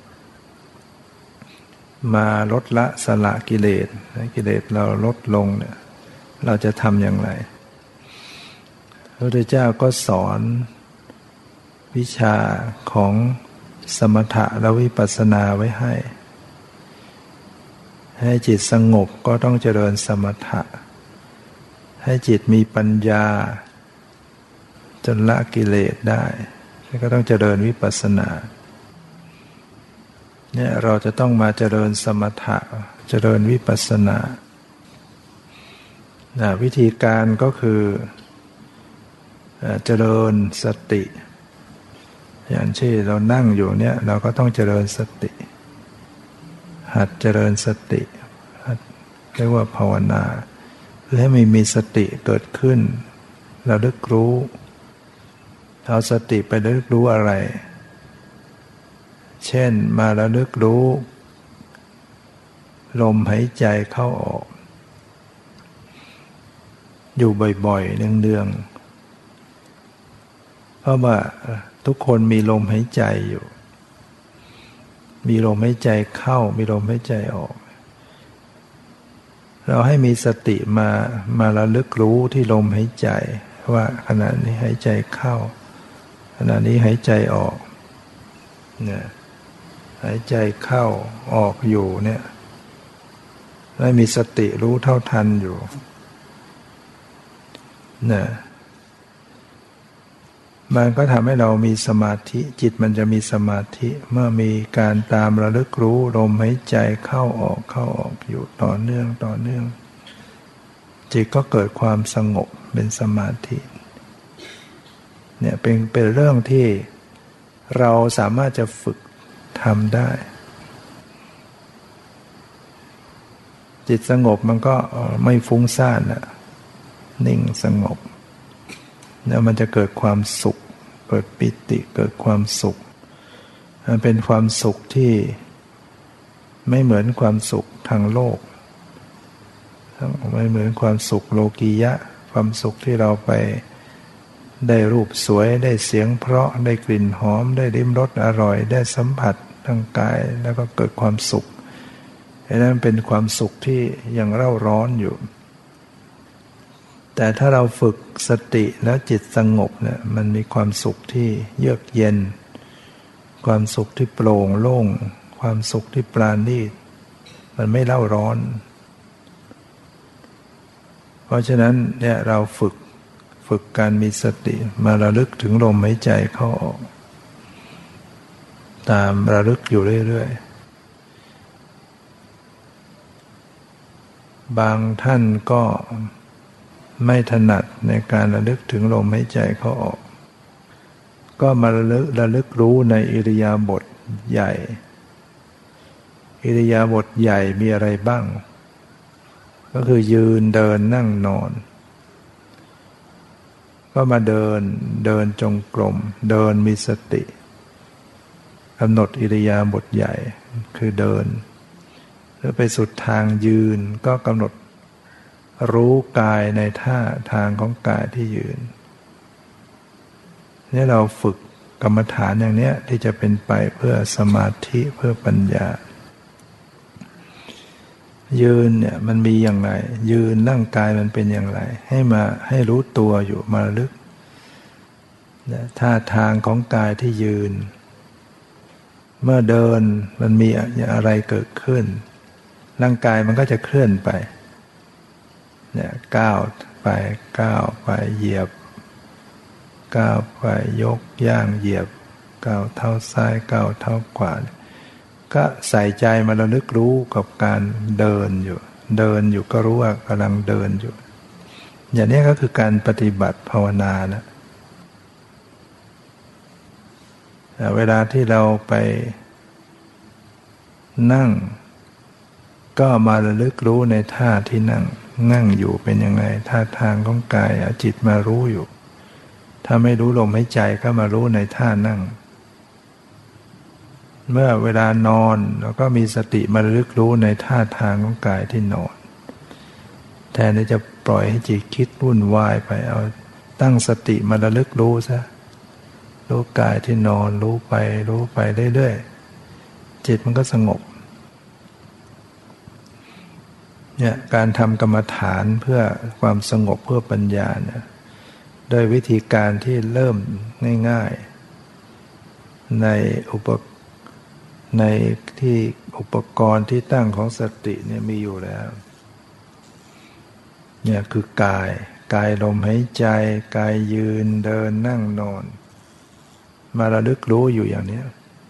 [SPEAKER 2] มาลดละสละกิเลสกิเลสเราลดลงเนี่ยเราจะทำอย่างไรพระพุทธเจ้าก็สอนวิชาของสมถะและวิปัสสนาไว้ให้ให้จิตสงบก็ต้องเจริญสมถะให้จิตมีปัญญาจนละกิเลสได้ก็ต้องเจริญวิปัสสนาเนี่ยเราจะต้องมาเจริญสมถะเจริญวิปัสสนาวิธีการก็คือเจริญสติอย่างที่เรานั่งอยู่เนี่ยเราก็ต้องเจริญสติหัดเจริญสติเรียกว่าภาวนาเพื่อให้มีมีสติเกิดขึ้นระลึกรู้เอาสติไประลึกรู้อะไรเช่นมาระลึกรู้ลมหายใจเข้าออกอยู่บ่อยๆเนืองๆเพราะว่าทุกคนมีลมหายใจอยู่มีลมหายใจเข้ามีลมหายใจออกเราให้มีสติมามาระลึกรู้ที่ลมหายใจว่าขณะนี้หายใจเข้าขณะนี้หายใจออกเนี่ยหายใจเข้าออกอยู่เนี่ยให้มีสติรู้เท่าทันอยู่เนี่ยมันก็ทำให้เรามีสมาธิจิตมันจะมีสมาธิเมื่อมีการตามระลึกรู้ลมหายใจเข้าออกเข้าออกอยู่ต่อเนื่องต่อเนื่องจิตก็เกิดความสงบเป็นสมาธิเนี่ยเป็นเป็นเรื่องที่เราสามารถจะฝึกทำได้จิตสงบมันก็ไม่ฟุ้งซ่านนะนิ่งสงบแล้วมันจะเกิดความสุขเกิดปิติเกิดความสุขมันเป็นความสุขที่ไม่เหมือนความสุขทางโลกไม่เหมือนความสุขโลกียะความสุขที่เราไปได้รูปสวยได้เสียงเพราะได้กลิ่นหอมได้ลิ้มรสอร่อยได้สัมผัสทางกายแล้วก็เกิดความสุขอันนั้นเป็นความสุขที่ยังเร่าร้อนอยู่แต่ถ้าเราฝึกสติแล้วจิตสงบเนี่ยมันมีความสุขที่เยือกเย็นความสุขที่โปร่งโล่งความสุขที่ปราณีตมันไม่เร่าร้อนเพราะฉะนั้นเนี่ยเราฝึกฝึกการมีสติมาระลึกถึงลมหายใจเข้าออกตามระลึกอยู่เรื่อยๆบางท่านก็ไม่ถนัดในการระลึกถึงลมหายใจเข้าออกก็มาระลึกระลึกรู้ในอิริยาบถใหญ่อิริยาบถใหญ่มีอะไรบ้างก็คือยืนเดินนั่งนอนก็มาเดินเดินจงกรมเดินมีสติกำหนดอิริยาบถใหญ่คือเดินแล้วไปสุดทางยืนก็กำหนดรู้กายในท่าทางของกายที่ยืนนี่เราฝึกกรรมฐานอย่างนี้ที่จะเป็นไปเพื่อสมาธิเพื่อปัญญายืนเนี่ยมันมีอย่างไรยืนร่างกายมันเป็นอย่างไรให้มาให้รู้ตัวอยู่มาระลึกท่าทางของกายที่ยืนเมื่อเดินมันมีอะไรเกิดขึ้นร่างกายมันก็จะเคลื่อนไปเนี่ยก้าวไปก้าวไปเหยียบก้าวไปยกย่างเหยียบก้าวเท้าซ้ายก้าวเท้าขวาก็ใส่ใจมาระลึกรู้กับการเดินอยู่เดินอยู่ก็รู้ว่ากำลังเดินอยู่อย่างนี้ก็คือการปฏิบัติภาวนานะเวลาที่เราไปนั่งก็มาระลึกรู้ในท่าที่นั่งนั่งอยู่เป็นยังไงท่าทางของกายเอาจิตมารู้อยู่ถ้าไม่รู้ลมหายใจก็มารู้ในท่านั่งเมื่อเวลานอนเราก็มีสติมาระลึกรู้ในท่าทางของกายที่นอนแทนที่จะปล่อยให้จิตคิดวุ่นวายไปเอาตั้งสติมาระลึกรู้ซะรู้กายที่นอนรู้ไปรู้ไปเรื่อยๆจิตมันก็สงบเนี่ยการทำกรรมฐานเพื่อความสงบเพื่อปัญญาเนี่ยโดยวิธีการที่เริ่มง่ายๆในอุปในที่อุปกรณ์ที่ตั้งของสติเนี่ยมีอยู่แล้วเนี่ยคือกายกายลมหายใจกายยืนเดินนั่งนอนมาระลึกรู้อยู่อย่างนี้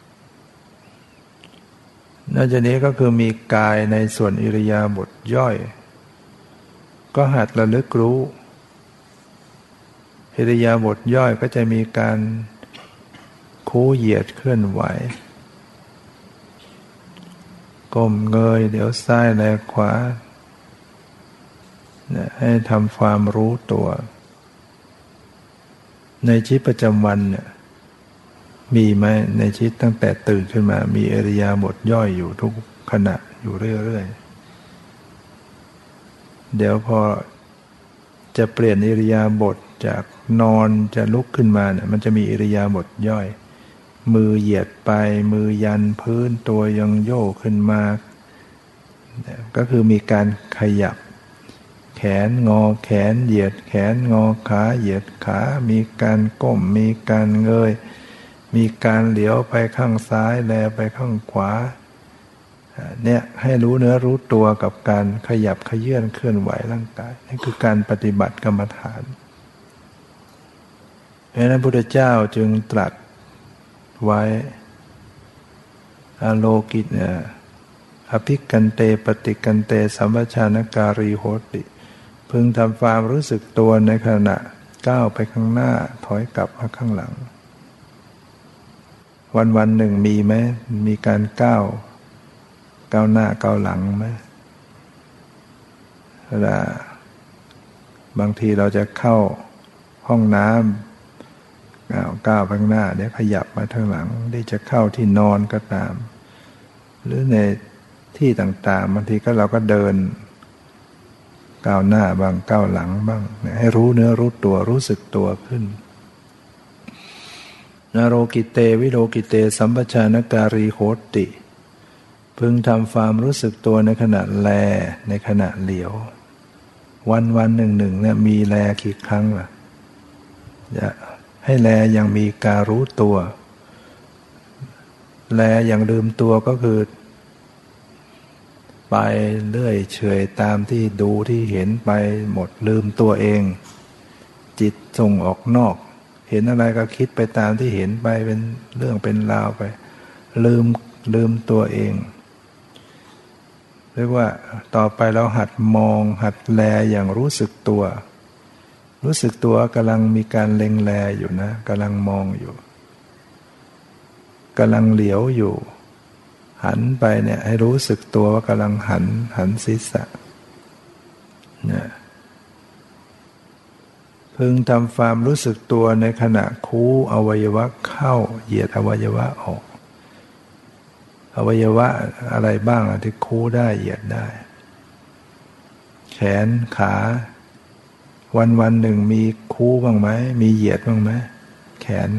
[SPEAKER 2] นอกจากนี้ก็คือมีกายในส่วนอิริยาบถย่อยก็หัดระลึกรู้อิริยาบถย่อยก็จะมีการคู่เหยียดเคลื่อนไหวก้มเงยเดี๋ยวซ้ายแลขวาให้ทำความรู้ตัวในชีวิตประจำวันเนี่ยมีไหมในชีวิตตั้งแต่ตื่นขึ้นมามีอิริยาบถย่อยอยู่ทุกขณะอยู่เรื่อยๆเดี๋ยวพอจะเปลี่ยนอิริยาบถจากนอนจะลุกขึ้นมาเนี่ยมันจะมีอิริยาบถย่อยมือเหยียดไปมือยันพื้นตัวยังโยกขึ้นมาก็คือมีการขยับแขนงอแขนเหยียดแขนงอขาเหยียดขามีการก้มมีการเงยมีการเหลียวไปข้างซ้ายแลไปข้างขวาเนี่ยให้รู้เนื้อรู้ตัวกับการขยับเขยื้อนเคลื่อนไหวร่างกายนี่คือการปฏิบัติกรรมฐานเพราะนั้นพระพุทธเจ้าจึงตรัสไว้อโลกิเนี่ยอภิกันเตปฏิกันเตสัมปชานการีโหติพึงทำความรู้สึกตัวในขณะก้าวไปข้างหน้าถอยกลับมาข้างหลังวันวันหนึ่งมีไหมมีการก้าวก้าวหน้าก้าวหลังไหมเวลาบางทีเราจะเข้าห้องน้ำก้าวก้าวไปข้างหน้าเดี๋ยวขยับมาข้างหลังได้จะเข้าที่นอนก็ตามหรือในที่ต่างๆบางทีก็เราก็เดินก้าวหน้าบ้างก้าวหลังบ้างให้รู้เนื้อรู้ตัวรู้สึกตัวขึ้นนโรกิเตวิโรกิเตสัมปชานการีโหติพึงทำความรู้สึกตัวในขณะแลในขณะเหลียววันวันหนึ่งหนึ่งเนี่ยมีแลกี่ครั้งล่ะจะให้แลยังมีการรู้ตัวแลอย่างลืมตัวก็คือไปเรื่อยเฉยตามที่ดูที่เห็นไปหมดลืมตัวเองจิตส่งออกนอกเห็นอะไรก็คิดไปตามที่เห็นไปเป็นเรื่องเป็นราวไปลืมลืมตัวเองเรียกว่าต่อไปเราหัดมองหัดแลอย่างรู้สึกตัวรู้สึกตัวกำลังมีการเล็งแลอยู่นะกำลังมองอยู่กำลังเหลียวอยู่หันไปเนี่ยให้รู้สึกตัวว่ากำลังหันหันศีรษะเนี่ยพึงทำความรู้สึกตัวในขณะคู้อวัยวะเข้าเหยียดอวัยวะออกอวัยวะอะไรบ้างที่คู้ได้เหยียดได้แขนขาวันวันหนึ่งมีคู้บ้างไหมมีเหยียดบ้างไหมแขน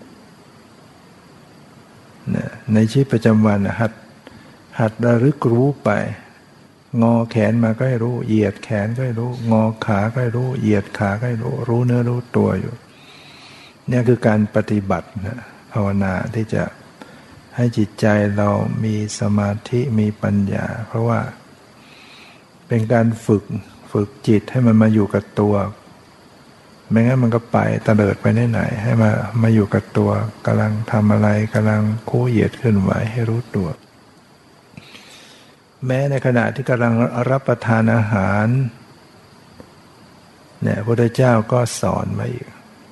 [SPEAKER 2] ในชีวิตประจำวันหัดหัดระลึกรู้ไปงอแขนมาก็ให้รู้เหยียดแขนก็ให้รู้งอขาก็ให้รู้เหยียดขาก็ให้รู้รู้เนื้อรู้ตัวอยู่เนี่ยคือการปฏิบัตินะภาวนาที่จะให้จิตใจเรามีสมาธิมีปัญญาเพราะว่าเป็นการฝึกฝึกจิตให้มันมาอยู่กับตัวไม่งั้นมันก็ไปตะเลิดไปไหนๆให้มามาอยู่กับตัวกำลังทำอะไรกำลังคู่เหยียดขึ้นไหวให้รู้ตัวแม้ในขณะที่กำลังรับประทานอาหารเนี่ยพระพุทธเจ้าก็สอนมาอีก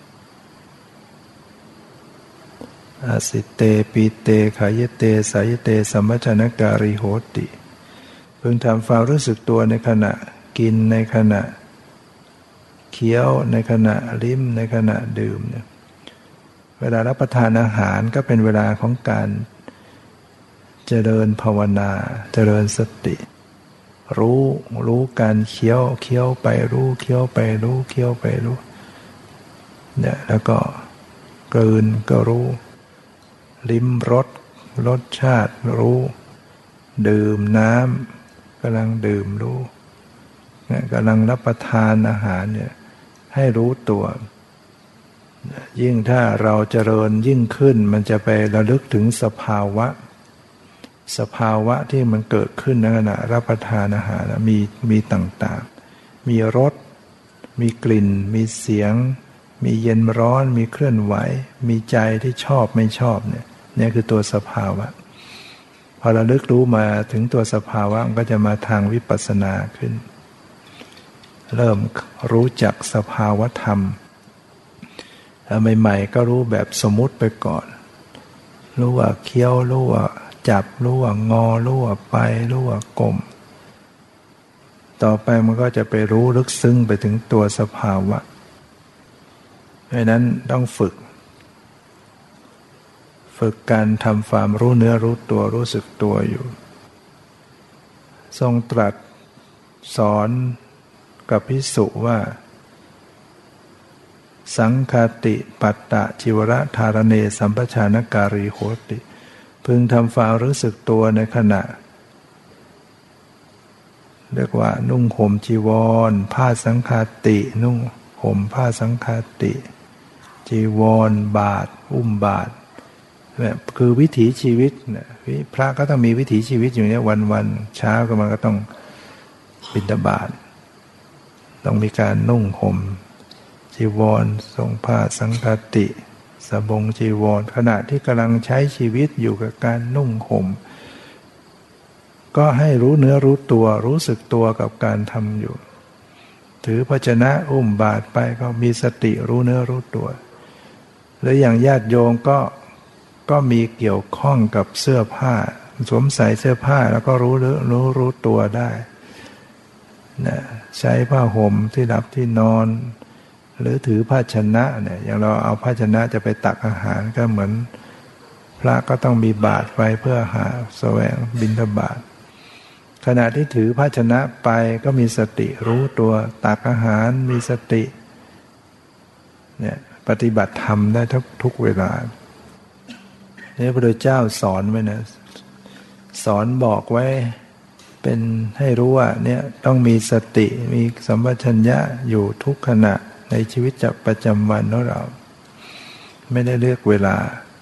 [SPEAKER 2] อาสิเตปีเตขายเตสายเตสัมปชัญญการิโหติพึงทำความรู้สึกตัวในขณะกินในขณะเคี้ยวในขณะลิ้มในขณะดื่มเนี่ยเวลารับประทานอาหารก็เป็นเวลาของการเจริญภาวนาเจริญสติรู้รู้การเคี้ยวเคี้ยวไปรู้เคี้ยวไปรู้เคี้ยวไปรู้เนี่ยแล้วก็กลืนก็รู้ลิ้มรสรสชาติรู้ดื่มน้ำกำลังดื่มรู้เนี่ยกำลังรับประทานอาหารเนี่ยให้รู้ตัวยิ่งถ้าเราเจริญยิ่งขึ้นมันจะไประลึกถึงสภาวะสภาวะที่มันเกิดขึ้นในขณะรับประทานอาหารมีมีต่างๆมีรสมีกลิ่นมีเสียงมีเย็นร้อนมีเคลื่อนไหวมีใจที่ชอบไม่ชอบเนี่ยนี่คือตัวสภาวะพอระลึกรู้มาถึงตัวสภาวะมันก็จะมาทางวิปัสสนาขึ้นเริ่มรู้จักสภาวะธรรมใหม่ๆก็รู้แบบสมมุติไปก่อนรู้ว่าเคี้ยวรู้ว่าจับรู้ว่างอรู้ว่าไปรู้ว่ากลมต่อไปมันก็จะไปรู้ลึกซึ้งไปถึงตัวสภาวะเพราะนั้นต้องฝึกฝึกการทำความรู้เนื้อรู้ตัวรู้สึกตัวอยู่ทรงตรัสสอนกับภิกษุว่าสังฆาติปัตตะจิวระธารเนสัมปชานการิโหติพึงทำความรู้สึกตัวในขณะเรียกว่านุ่งห่มจีวรผ้าสังฆาตินุ่งห่มผ้าสังฆาติจีวรบาตรอุ้มบาตรแบบคือวิถีชีวิตเนี่ยพระก็ต้องมีวิถีชีวิตอยู่เนี่ยวันๆเช้าก็มันก็ต้องบิณฑบาตต้องมีการนุ่งห่มจีวรทรงผ้าสังฆาติสบงจีวรขณะที่กำลังใช้ชีวิตอยู่กับการนุ่งห่มก็ให้รู้เนื้อรู้ตัวรู้สึกตัวกับการทำอยู่ถือภาชนะอุ้มบาตรไปก็มีสติรู้เนื้อรู้ตัวหรืออย่างญาติโยมก็ก็มีเกี่ยวข้องกับเสื้อผ้าสวมใส่เสื้อผ้าแล้วก็รู้รู้รู้ตัวได้นะใช้ผ้าห่มที่หลับที่นอนหรือถือภาชนะเนี่ยอย่างเราเอาภาชนะจะไปตักอาหารก็เหมือนพระก็ต้องมีบาตรไปเพื่อหาแสวงบิณฑบาตขณะที่ถือภาชนะไปก็มีสติรู้ตัวตักอาหารมีสติเนี่ยปฏิบัติธรรมได้ทุกทุกเวลานี่พระพุทธเจ้าสอนไว้นะสอนบอกไว้เป็นให้รู้ว่าเนี่ยต้องมีสติมีสัมปชัญญะอยู่ทุกขณะในชีวิตประจำวันของเราไม่ได้เลือกเวลา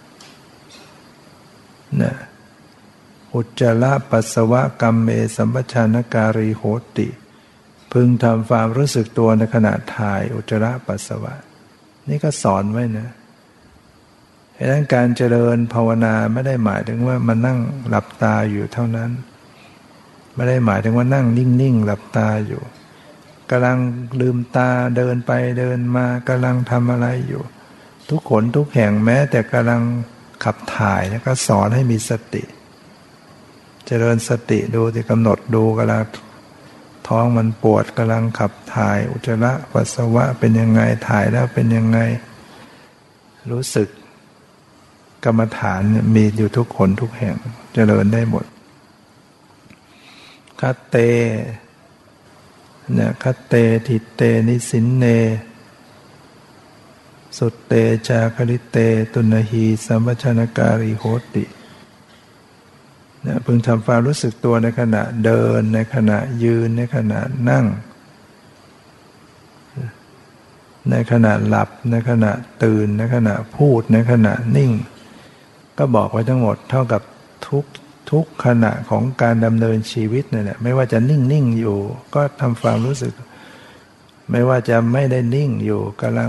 [SPEAKER 2] นะอุจจาระปัสสาวะกัมเมสัมปชานการิโหติพึงทำความรู้สึกตัวในขณะถ่ายอุจจาระปัสสาวะนี่ก็สอนไว้นะดังนั้นการเจริญภาวนาไม่ได้หมายถึงว่ามานั่งหลับตาอยู่เท่านั้นไม่ได้หมายถึงว่านั่งนิ่งๆหลับตาอยู่กำลังลืมตาเดินไปเดินมากำลังทำอะไรอยู่ทุกขนทุกแห่งแม้แต่กำลังขับถ่ายก็สอนให้มีสติเจริญสติดูที่กำหนดดูกำลังท้องมันปวดกำลังขับถ่ายอุจจาระปัสสาวะเป็นยังไงถ่ายแล้วเป็นยังไงรู้สึกกรรมฐานมีอยู่ทุกคนทุกแห่งเจริญได้หมดคัตเตเนี่ยคัตเตทิเตนิสินเนสุตเตจาคริเตตุนหีสัมปชานการิโหติเนี่ยพึงทำความรู้สึกตัวในขณะเดินในขณะยืนในขณะนั่งในขณะหลับในขณะตื่นในขณะพูดในขณะนิ่งก็บอกไว้ทั้งหมดเท่ากับทุกทุกขณะของการดำเนินชีวิตนั่นแหละไม่ว่าจะนิ่งนิ่งอยู่ก็ทำความรู้สึกไม่ว่าจะไม่ได้นิ่งอยู่กำลัง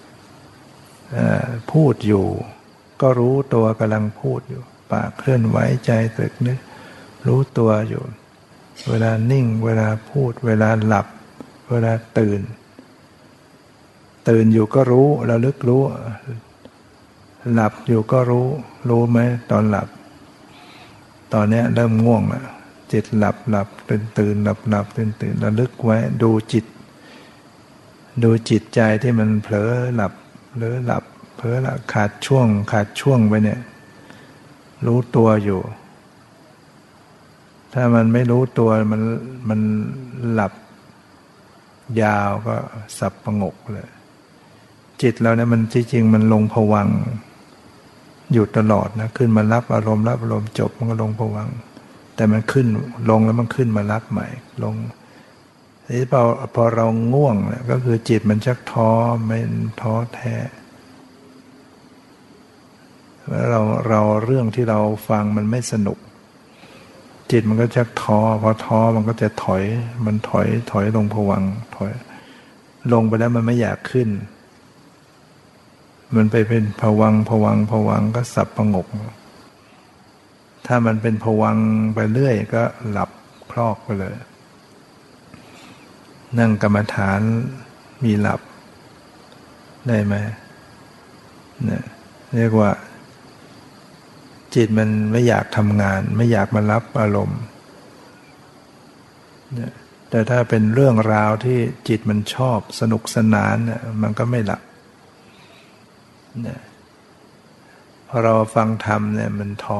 [SPEAKER 2] พูดอยู่ก็รู้ตัวกำลังพูดอยู่ปากเคลื่อนไหวใจตรึกนึกรู้ตัวอยู่เวลานิ่งเวลาพูดเวลาหลับเวลาตื่นตื่นอยู่ก็รู้ระลึกรู้หลับอยู่ก็รู้รู้ไหมตอนหลับตอนนี้เริ่มง่วงแล้วจิตหลับหลับตื่นตื่นหลับหลับตื่นตื่นระลึกไว้ดูจิตดูจิตใจที่มันเผลอหลับหรือหลับเผลอละขาดช่วงขาดช่วงไปเนี่ยรู้ตัวอยู่ถ้ามันไม่รู้ตัวมันมันหลับยาวก็สับประงกเลยจิตเราเนี่ยมันที่จริงมันลงภวังค์อยู่ตลอดนะขึ้นมารับอารมณ์รับอารมณ์จบมันก็ลงภวังค์แต่มันขึ้นลงแล้วมันขึ้นมารับใหม่ลงทีนี้พอพอเราง่วงเนี่ยก็คือจิตมันชักท้อไม่ท้อแท้เราเราเรื่องที่เราฟังมันไม่สนุกจิตมันก็ชักท้อพอท้อมันก็จะถอยมันถอยถอยลงภวังค์ถอยลงไปแล้วมันไม่อยากขึ้นมันไปเป็นภวังค์ภวังค์ภวังค์ก็สับประงกถ้ามันเป็นภวังค์ไปเรื่อยก็หลับคลอกไปเลยนั่งกรรมฐานมีหลับได้ไหมเนี่ยเรียกว่าจิตมันไม่อยากทำงานไม่อยากมารับอารมณ์เนี่ยแต่ถ้าเป็นเรื่องราวที่จิตมันชอบสนุกสนานเนี่ยมันก็ไม่หลับเนี่ยพอเราฟังธรรมเนี่ยมันท้อ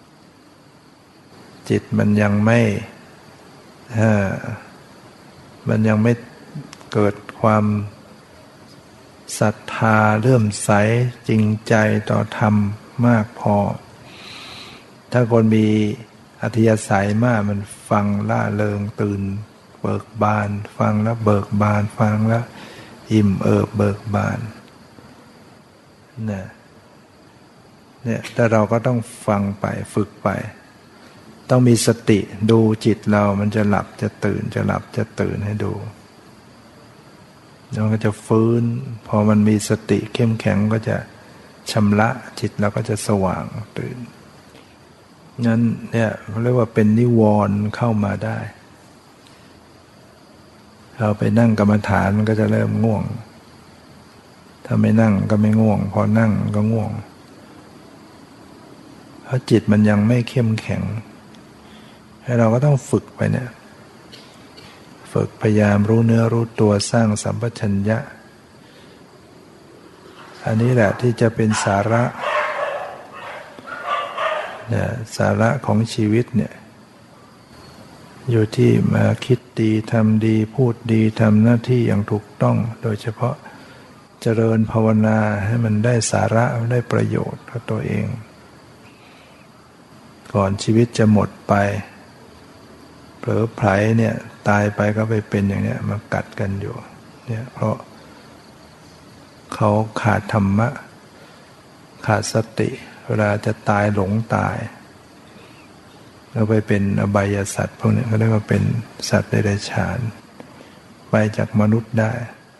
[SPEAKER 2] จิตมันยังไม่เอ่อมันยังไม่เกิดความศรัทธาเลื่อมใสจริงใจต่อธรรมมากพอถ้าคนมีอัธยาศัยมากมันฟังล่าเริงตื่นเบิกบานฟังแล้วเบิกบานฟังแล้วอิ่มเอิบเบิกบานเนี่ยเนี่ยแต่เราก็ต้องฟังไปฝึกไปต้องมีสติดูจิตเรามันจะหลับจะตื่นจะหลับจะตื่นให้ดูแล้วก็จะฟื้นพอมันมีสติเข้มแข็งก็จะชำระจิตเราก็จะสว่างตื่นงั้นเนี่ยเขาเรียกว่าเป็นนิวรณ์เข้ามาได้เราไปนั่งกรรมฐานมันก็จะเริ่มง่วงถ้าไม่นั่งก็ไม่ง่วงพอนั่งก็ง่วงเพราะจิตมันยังไม่เข้มแข็งให้เราก็ต้องฝึกไปเนี่ยฝึกพยายามรู้เนื้อรู้ตัวสร้างสัมปชัญญะอันนี้แหละที่จะเป็นสาระเนี่ยสาระของชีวิตเนี่ยอยู่ที่มาคิดดีทำดีพูดดีทำหน้าที่อย่างถูกต้องโดยเฉพาะเจริญภาวนาให้มันได้สาระได้ประโยชน์กับตัวเองก่อนชีวิตจะหมดไปเผลอไผลเนี่ยตายไปก็ไปเป็นอย่างเนี้ยมากัดกันอยู่เนี่ยเพราะเขาขาดธรรมะขาดสติเวลาจะตายหลงตายแล้วไปเป็นอบายสัตว์พวกนี้เขาเรียกว่าเป็นสัตว์เดรัจฉานไปจากมนุษย์ได้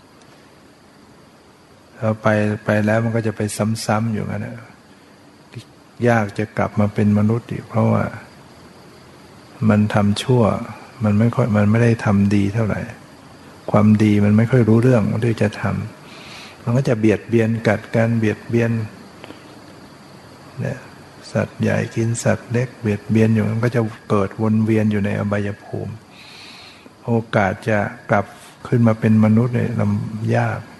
[SPEAKER 2] แล้วไปไปแล้วมันก็จะไปซ้ำๆอยู่งั้นนะยากจะกลับมาเป็นมนุษย์อีกเพราะว่ามันทำชั่วมันไม่ค่อยมันไม่ได้ทำดีเท่าไหร่ความดีมันไม่ค่อยรู้เรื่องที่จะทำมันก็จะเบียดเบียนกัดกันเบียดเบียนเนี่ยสัตว์ใหญ่กินสัตว์เล็กเบียดเบียนอยู่มันก็จะเกิดวนเวียนอยู่ในอบายภูมิโอกาสจะกลับขึ้นมาเป็นมนุษย์เนี่ยลำยาก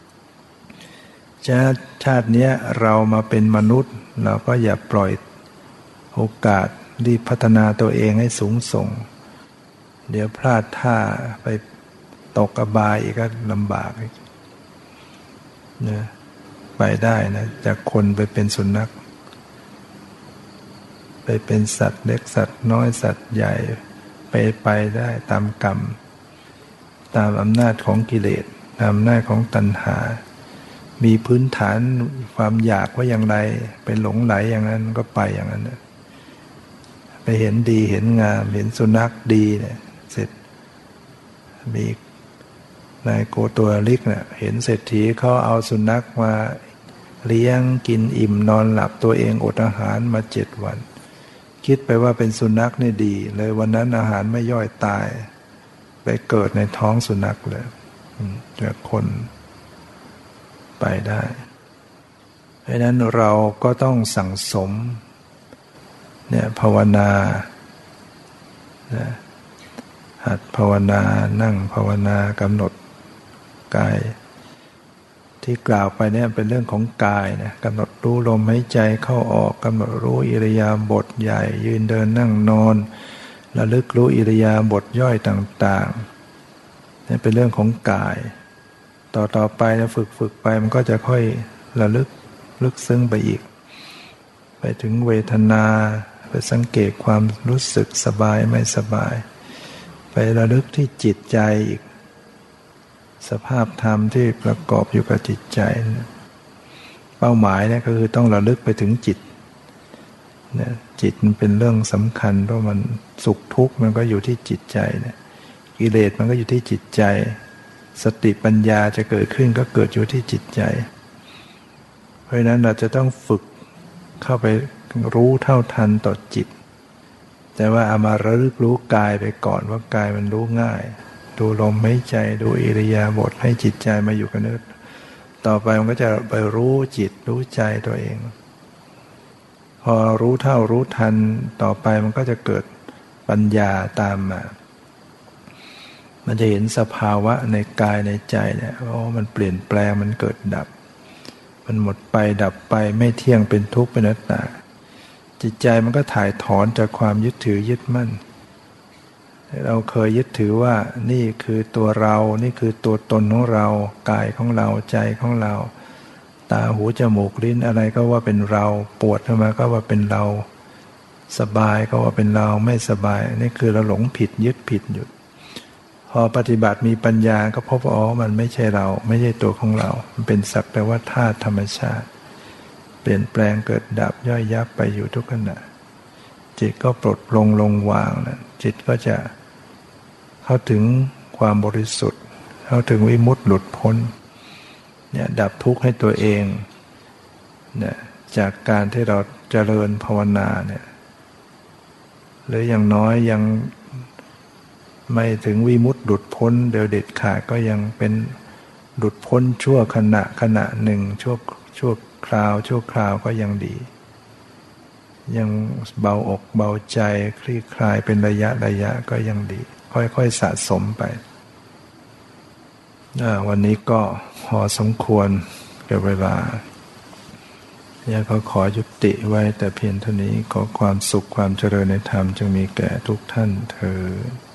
[SPEAKER 2] ชาตินี้เรามาเป็นมนุษย์เราก็อย่าปล่อยโอกาสรีบพัฒนาตัวเองให้สูงส่งเดี๋ยวพลาดท่าไปตกอบายอีกก็ลำบากอีกนะไปได้นะจากคนไปเป็นสุนัขไปเป็นสัตว์เล็กสัตว์น้อยสัตว์ใหญ่ไปไปได้ตามกรรมตามอำนาจของกิเลสตามอำนาจของตัณหามีพื้นฐานความอยากว่าอย่างไรไปหลงไหลอย่างนั้นก็ไปอย่างนั้นนะไปเห็นดีเห็นงามเห็นสุนัขดีเนี่ยเสร็จมีนายโกตัวลิกเนี่ยเห็นเศรษฐีเขาเอาสุนัขมาเลี้ยงกินอิ่มนอนหลับตัวเองอดอาหารมาเจ็ดวันคิดไปว่าเป็นสุนัขนี่ดีเลยวันนั้นอาหารไม่ย่อยตายไปเกิดในท้องสุนัขเลยจากคนไปได้เพราะนั้นเราก็ต้องสั่งสมเนี่ยภาวนาหัดภาวนานั่งภาวนากำหนดกายที่กล่าวไปเนี่ยเป็นเรื่องของกายนะกำหนดรู้ลมหายใจเข้าออกกำหนดรู้อิริยาบถใหญ่ยืนเดินนั่งนอนระลึกรู้อิริยาบถย่อยต่างๆนี่เป็นเรื่องของกายต่อต่อไปนะฝึกฝึกไปมันก็จะค่อยระลึกลึกซึ้งไปอีกไปถึงเวทนาไปสังเกตความรู้สึกสบายไม่สบายไประลึกที่จิตใจอีกสภาพธรรมที่ประกอบอยู่กับจิตใจเป้าหมายเนี่ยก็คือต้องระลึกไปถึงจิตเนี่ยจิตมันเป็นเรื่องสำคัญเพราะมันสุขทุกข์มันก็อยู่ที่จิตใจเนี่ยกิเลสมันก็อยู่ที่จิตใจสติปัญญาจะเกิดขึ้นก็เกิดอยู่ที่จิตใจเพราะฉะนั้นเราจะต้องฝึกเข้าไปรู้เท่าทันต่อจิตแต่ว่าเอามาระลึกรู้กายไปก่อนว่ากายมันรู้ง่ายดูลมหายใจดูอิริยาบถให้จิตใจมาอยู่กับเนื้อต่อไปมันก็จะไปรู้จิตรู้ใจตัวเองพอรู้เท่ารู้ทันต่อไปมันก็จะเกิดปัญญาตามมามันจะเห็นสภาวะในกายในใจเนี่ยโอ้มันเปลี่ยนแปลงมันเกิดดับมันหมดไปดับไปไม่เที่ยงเป็นทุกข์เป็นอนัตตาจิตใจมันก็ถ่ายถอนจากความยึดถือยึดมั่นเราเคยยึดถือว่านี่คือตัวเรานี่คือตัวตนของเรากายของเราใจของเราตาหูจมูกลิ้นอะไรก็ว่าเป็นเราปวดขึ้นมาก็ว่าเป็นเราสบายก็ว่าเป็นเราไม่สบายนี่คือเราหลงผิดยึดผิดอยู่พอปฏิบัติมีปัญญาก็พบว่าอ๋อมันไม่ใช่เราไม่ใช่ตัวของเรามันเป็นสักแต่ว่าธาตุธรรมชาติเปลี่ยนแปลงเกิดดับย่อยยับไปอยู่ทุกขณะจิตก็ปลดปลงลงวางนะจิตก็จะเข้าถึงความบริสุทธิ์เข้าถึงวิมุตติหลุดพ้นเนี่ยดับทุกข์ให้ตัวเองเนี่ยจากการที่เราเจริญภาวนาเนี่ยหรืออย่างน้อยยังไม่ถึงวิมุตติหลุดพ้นเดี๋ยวเด็ดขาดก็ยังเป็นหลุดพ้นชั่วขณะขณะหนึ่งชั่วชั่วคราวชั่วคราวก็ยังดียังเบาอกเบาใจคลี่คลายเป็นระยะระยะก็ยังดีค่อยๆสะสมไปวันนี้ก็พอสมควรกับเวลาเนี่ยก็ขอยุติไว้แต่เพียงเท่านี้ขอความสุขความเจริญในธรรมจงมีแก่ทุกท่านเทอญ